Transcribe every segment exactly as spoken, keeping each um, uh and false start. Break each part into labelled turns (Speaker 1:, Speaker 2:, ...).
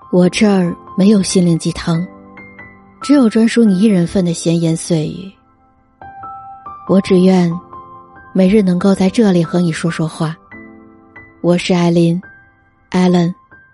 Speaker 1: 我这儿没有心灵鸡汤，只有专属你一人份的闲言碎语。我只愿每日能够在这里和你说说话。我是艾琳 Allen。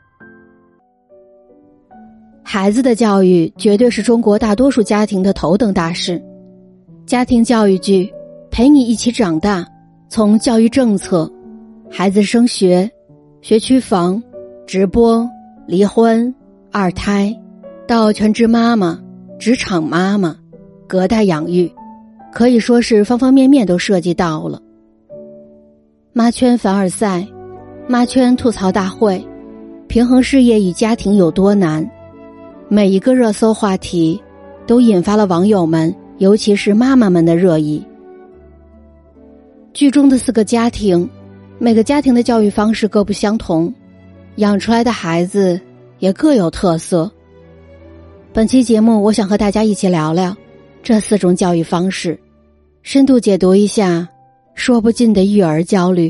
Speaker 1: 孩子的教育绝对是中国大多数家庭的头等大事。家庭教育剧陪你一起长大，从教育政策、孩子升学、学区房、直播、离婚、二胎，到全职妈妈、职场妈妈、隔代养育，可以说是方方面面都涉及到了。妈圈凡尔赛，妈圈吐槽大会，平衡事业与家庭有多难，每一个热搜话题都引发了网友们，尤其是妈妈们的热议。剧中的四个家庭，每个家庭的教育方式各不相同，养出来的孩子也各有特色。本期节目我想和大家一起聊聊这四种教育方式，深度解读一下说不尽的育儿焦虑。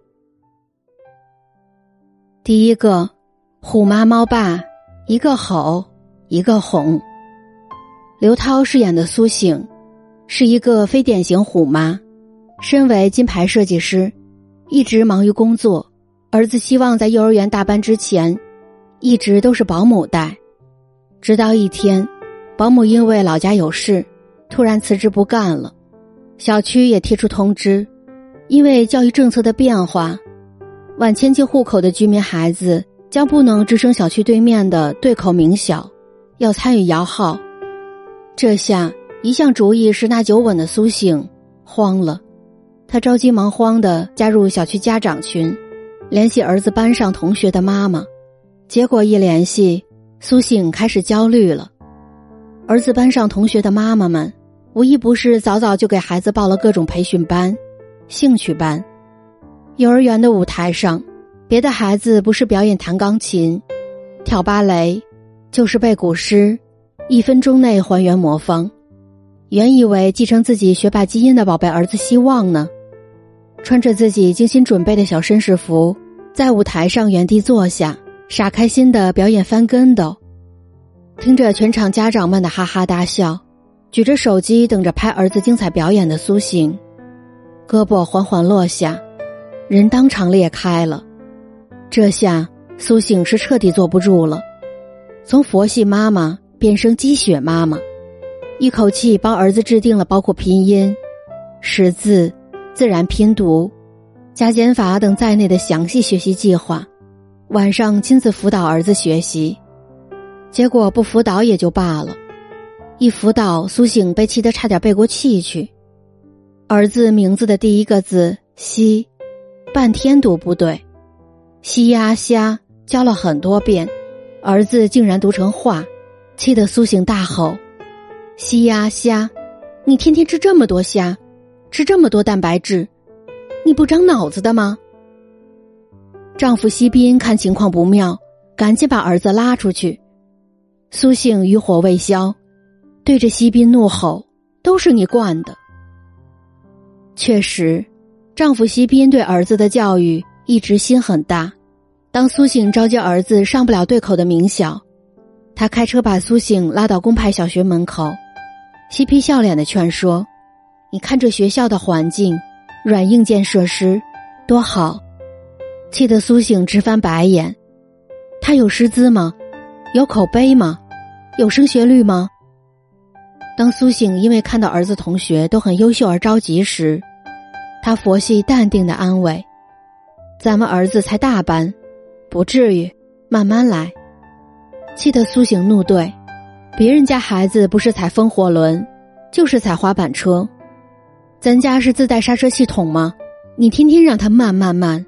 Speaker 1: 第一个，虎妈猫爸，一个吼一个哄。刘涛饰演的苏醒是一个非典型虎妈，身为金牌设计师，一直忙于工作，儿子希望在幼儿园大班之前一直都是保姆带。直到一天，保姆因为老家有事突然辞职不干了，小区也贴出通知，因为教育政策的变化，晚迁进户口的居民孩子将不能直升小区对面的对口名校，要参与摇号。这下一向主意十拿九稳的苏醒慌了，他着急忙慌地加入小区家长群，联系儿子班上同学的妈妈。结果一联系，苏醒开始焦虑了。儿子班上同学的妈妈们无一不是早早就给孩子报了各种培训班、兴趣班。幼儿园的舞台上，别的孩子不是表演弹钢琴、跳芭蕾，就是背古诗，一分钟内还原魔方。原以为继承自己学霸基因的宝贝儿子希望呢，穿着自己精心准备的小绅士服，在舞台上原地坐下，傻开心地表演翻跟斗。听着全场家长们的哈哈大笑，举着手机等着拍儿子精彩表演的苏醒，胳膊缓缓落下，人当场裂开了。这下苏醒是彻底坐不住了，从佛系妈妈变成鸡血妈妈，一口气帮儿子制定了包括拼音、识字、自然拼读、加减法等在内的详细学习计划，晚上亲自辅导儿子学习。结果不辅导也就罢了，一辅导苏醒被气得差点背过气去。儿子名字的第一个字西，半天读不对，西呀虾教了很多遍，儿子竟然读成话，气得苏醒大吼：西呀虾，你天天吃这么多虾，吃这么多蛋白质，你不长脑子的吗？丈夫西斌看情况不妙，赶紧把儿子拉出去。苏醒余火未消，对着西斌怒吼：都是你惯的。确实，丈夫西斌对儿子的教育一直心很大。当苏醒着急儿子上不了对口的名校，他开车把苏醒拉到公派小学门口，嬉皮笑脸地劝说：你看这学校的环境、软硬件设施多好。气得苏醒直翻白眼，他有师资吗？有口碑吗？有升学率吗？当苏醒因为看到儿子同学都很优秀而着急时，他佛系淡定地安慰：咱们儿子才大班，不至于，慢慢来。气得苏醒怒对：别人家孩子不是踩风火轮，就是踩滑板车，咱家是自带刹车系统吗？你天天让他慢慢慢。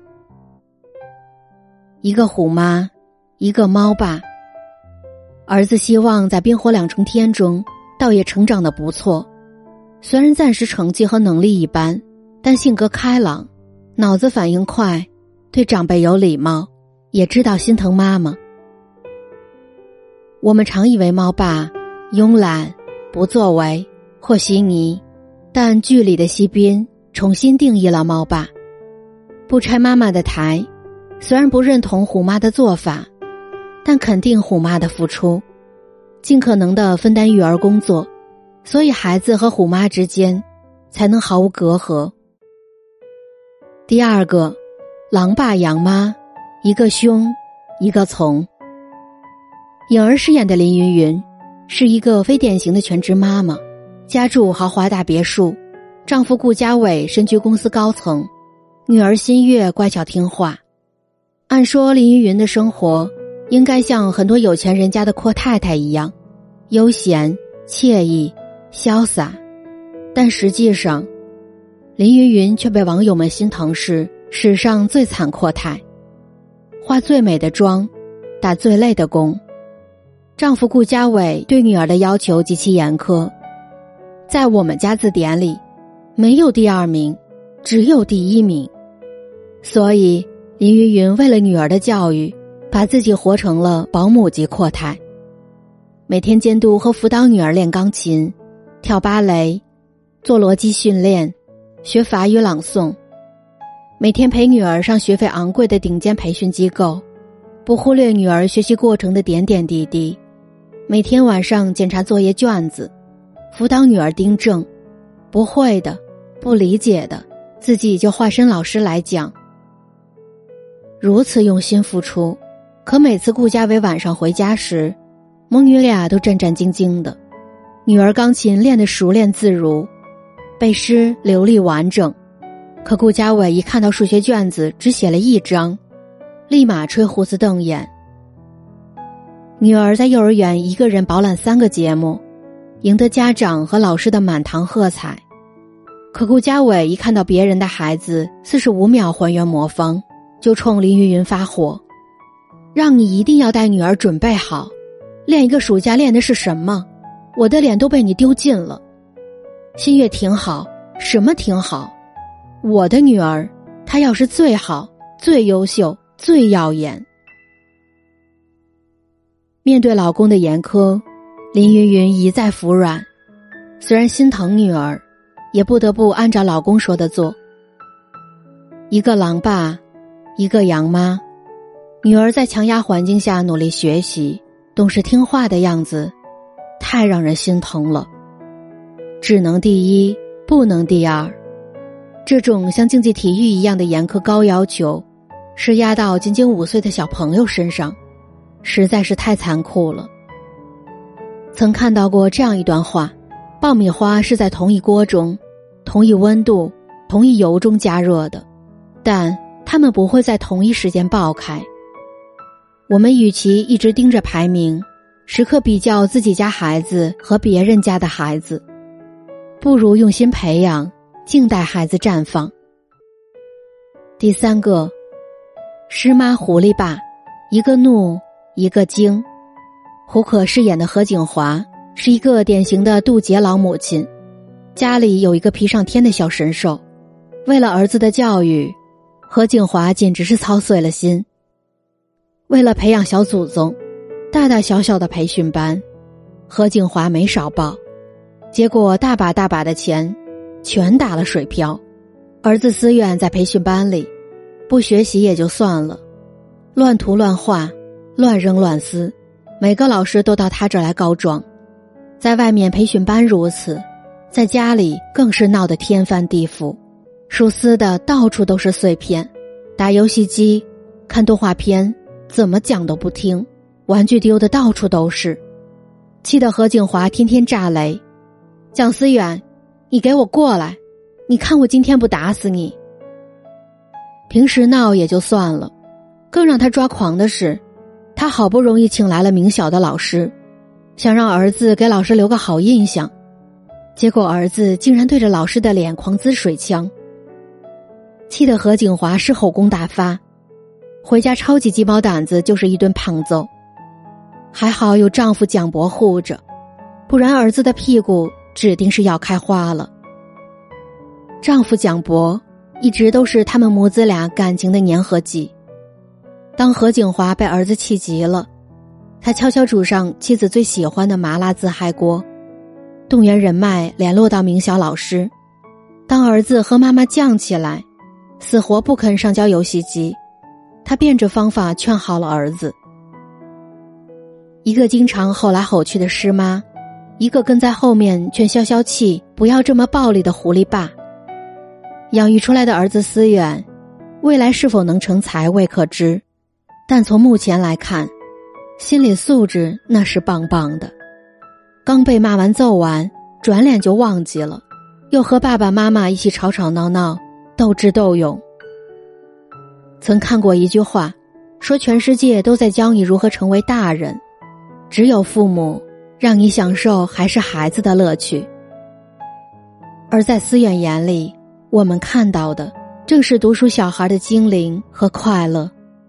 Speaker 1: 一个虎妈，一个猫爸。儿子希望在冰火两重天中倒也成长得不错，虽然暂时成绩和能力一般，但性格开朗，脑子反应快，对长辈有礼貌，也知道心疼妈妈。我们常以为猫爸慵懒、不作为、和稀泥，但剧里的西斌重新定义了猫爸。不拆妈妈的台，虽然不认同虎妈的做法， 但肯定虎妈的付出，尽可能地分担育儿工作，所以孩子和虎妈之间才能毫无隔阂。第二个，狼爸羊妈，一个凶，一个从。颖儿饰演的林云云是一个非典型的全职妈妈，家住豪华大别墅，丈夫顾家伟身居公司高层，女儿新月乖巧听话。按说林云云的生活应该像很多有钱人家的阔太太一样，悠闲、惬意、潇洒，但实际上林云云却被网友们心疼是史上最惨阔太，化最美的妆，打最累的工。丈夫顾家伟对女儿的要求极其严苛，在我们家字典里没有第二名，只有第一名。所以林云云为了女儿的教育，把自己活成了保姆级阔太，每天监督和辅导女儿练钢琴、跳芭蕾、做逻辑训练、学法语朗诵，每天陪女儿上学费昂贵的顶尖培训机构，不忽略女儿学习过程的点点滴滴，每天晚上检查作业卷子，辅导女儿订正，不会的、不理解的，自己就化身老师来讲。如此用心付出，可每次顾家伟晚上回家时，母女俩都战战兢兢的。女儿钢琴练得熟练自如，背诗流利完整，可顾家伟一看到数学卷子只写了一张，立马吹胡子瞪眼。女儿在幼儿园一个人饱览三个节目，赢得家长和老师的满堂喝彩。可顾家伟一看到别人的孩子四十五秒还原魔方，就冲林云云发火，让你一定要带女儿准备好，练一个暑假练的是什么？我的脸都被你丢尽了。新月挺好，什么挺好？我的女儿，她要是最好、最优秀、最耀眼。面对老公的严苛，林云云一再服软，虽然心疼女儿，也不得不按照老公说的做。一个狼爸，一个羊妈，女儿在强压环境下努力学习，懂事听话的样子，太让人心疼了。只能第一，不能第二，这种像竞技体育一样的严苛高要求，施压到仅仅五岁的小朋友身上，实在是太残酷了。曾看到过这样一段话，爆米花是在同一锅中、同一温度、同一油中加热的，但它们不会在同一时间爆开。我们与其一直盯着排名，时刻比较自己家孩子和别人家的孩子，不如用心培养，静待孩子绽放。第三个，狮妈狐狸爸，一个怒，一个精。胡可饰演的何景华是一个典型的渡劫老母亲，家里有一个皮上天的小神兽，为了儿子的教育，何景华简直是操碎了心。为了培养小祖宗，大大小小的培训班，何景华没少报，结果大把大把的钱全打了水漂。儿子思远在培训班里，不学习也就算了，乱涂乱画，乱扔乱撕，每个老师都到他这儿来告状。在外面培训班如此，在家里更是闹得天翻地覆，数丝的到处都是碎片，打游戏机、看动画片，怎么讲都不听，玩具丢的到处都是，气得何景华天天炸雷。蒋思远，你给我过来，你看我今天不打死你。平时闹也就算了，更让他抓狂的是，他好不容易请来了名校的老师，想让儿子给老师留个好印象，结果儿子竟然对着老师的脸狂滋水枪，气得何景华是后宫大发，回家超级鸡毛掸子就是一顿胖揍。还好有丈夫蒋博护着，不然儿子的屁股指定是要开花了。丈夫蒋博一直都是他们母子俩感情的粘合剂。当何景华被儿子气急了，他悄悄煮上妻子最喜欢的麻辣自嗨锅，动员人脉联络到名校老师。当儿子和妈妈犟起来，死活不肯上交游戏机，他变着方法劝好了儿子。 一个经常吼来吼去的师妈，一个跟在后面劝消消气不要这么暴力的狐狸爸。养育出来的儿子思远，未来是否能成才未可知，但从目前来看，心理素质那是棒棒的。刚被骂完揍完，转脸就忘记了，又和爸爸妈妈一起吵吵闹闹，斗智斗勇。曾看过一句话，说全世界都在教你如何成为大人，只有父母让你享受还是孩子的乐趣。而在思远眼里，我们看到的正是读书小孩的精灵和快乐。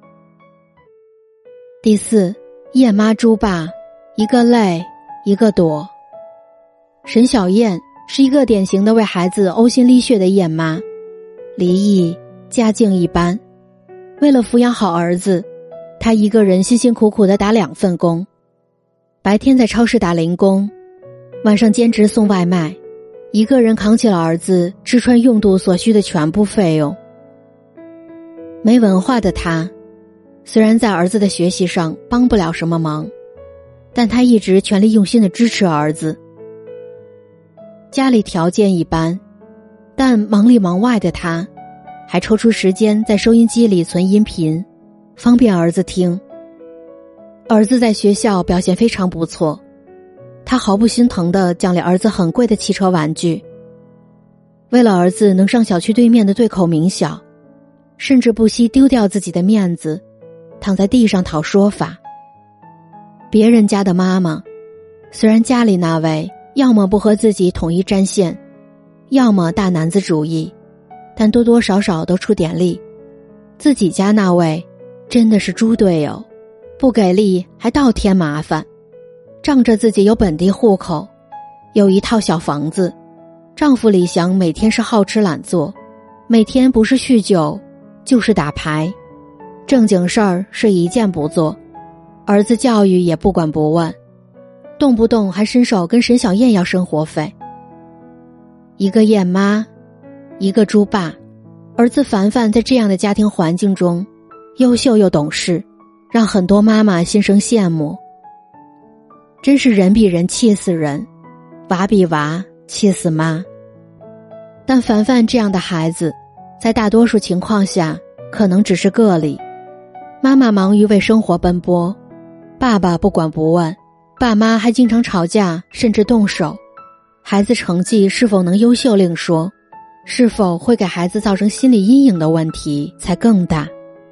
Speaker 1: 第四，燕妈猪爸，一个累一个躲。沈小燕是一个典型的为孩子呕心沥血的燕妈，离异，家境一般，为了抚养好儿子，她一个人辛辛苦苦地打两份工，白天在超市打零工，晚上兼职送外卖，一个人扛起了儿子吃穿用度所需的全部费用。没文化的她，虽然在儿子的学习上帮不了什么忙，但她一直全力用心地支持儿子。家里条件一般，但忙里忙外的她，还抽出时间在收音机里存音频，方便儿子听。儿子在学校表现非常不错，他毫不心疼地奖励儿子很贵的汽车玩具。为了儿子能上小区对面的对口名校，甚至不惜丢掉自己的面子，躺在地上讨说法。别人家的妈妈，虽然家里那位要么不和自己统一战线，要么大男子主义，但多多少少都出点力。自己家那位真的是猪队友，不给力还倒添麻烦，仗着自己有本地户口，有一套小房子，丈夫李翔每天是好吃懒做，每天不是酗酒就是打牌，正经事儿是一件不做，儿子教育也不管不问，动不动还伸手跟沈小燕要生活费。一个燕妈，一个猪爸，儿子凡凡在这样的家庭环境中优秀又懂事，让很多妈妈心生羡慕。真是人比人气死人，娃比娃气死妈。但凡凡这样的孩子，在大多数情况下可能只是个例。妈妈忙于为生活奔波，爸爸不管不问，爸妈还经常吵架甚至动手。孩子成绩是否能优秀另说，是否会给孩子造成心理阴影的问题才更大。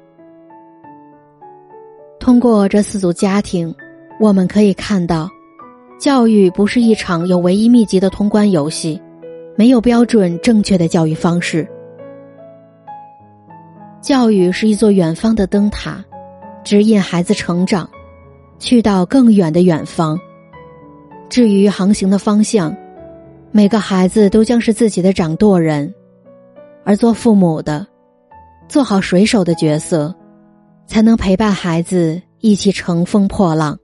Speaker 1: 通过这四组家庭，我们可以看到，教育不是一场有唯一秘籍的通关游戏，没有标准正确的教育方式。教育是一座远方的灯塔，指引孩子成长，去到更远的远方。至于航行的方向，每个孩子都将是自己的掌舵人，而做父母的，做好水手的角色，才能陪伴孩子一起乘风破浪。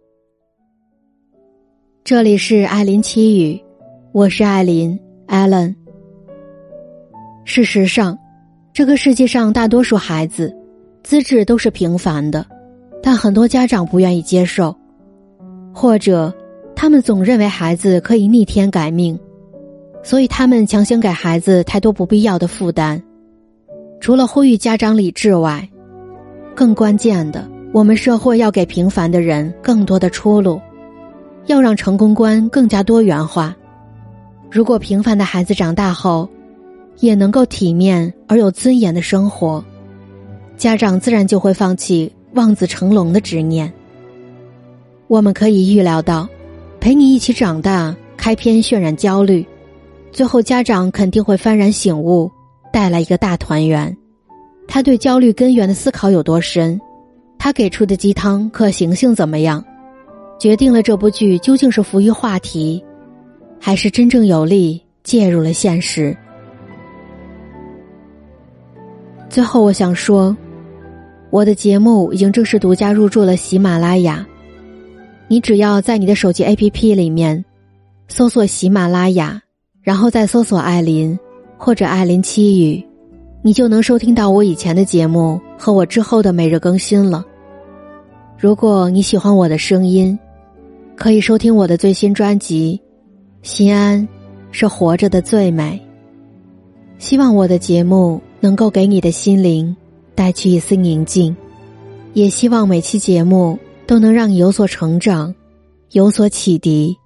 Speaker 1: 这里是艾琳七语，我是艾琳 Allen。 事实上，这个世界上大多数孩子资质都是平凡的，但很多家长不愿意接受，或者他们总认为孩子可以逆天改命，所以他们强行给孩子太多不必要的负担。除了呼吁家长理智外，更关键的，我们社会要给平凡的人更多的出路，要让成功观更加多元化。如果平凡的孩子长大后也能够体面而有尊严的生活，家长自然就会放弃望子成龙的执念。我们可以预料到，陪你一起长大开篇渲染焦虑，最后家长肯定会幡然醒悟，带来一个大团圆。他对焦虑根源的思考有多深，他给出的鸡汤可行性怎么样，决定了这部剧究竟是浮于话题，还是真正有力介入了现实。最后我想说，我的节目已经正式独家入驻了喜马拉雅，你只要在你的手机 A P P 里面搜索喜马拉雅，然后再搜索艾琳或者艾琳七语，你就能收听到我以前的节目和我之后的每日更新了。如果你喜欢我的声音， 可以收听我的最新专辑《心安是活着的最美》。希望我的节目能够给你的心灵带去一丝宁静，也希望每期节目都能让你有所成长，有所启迪。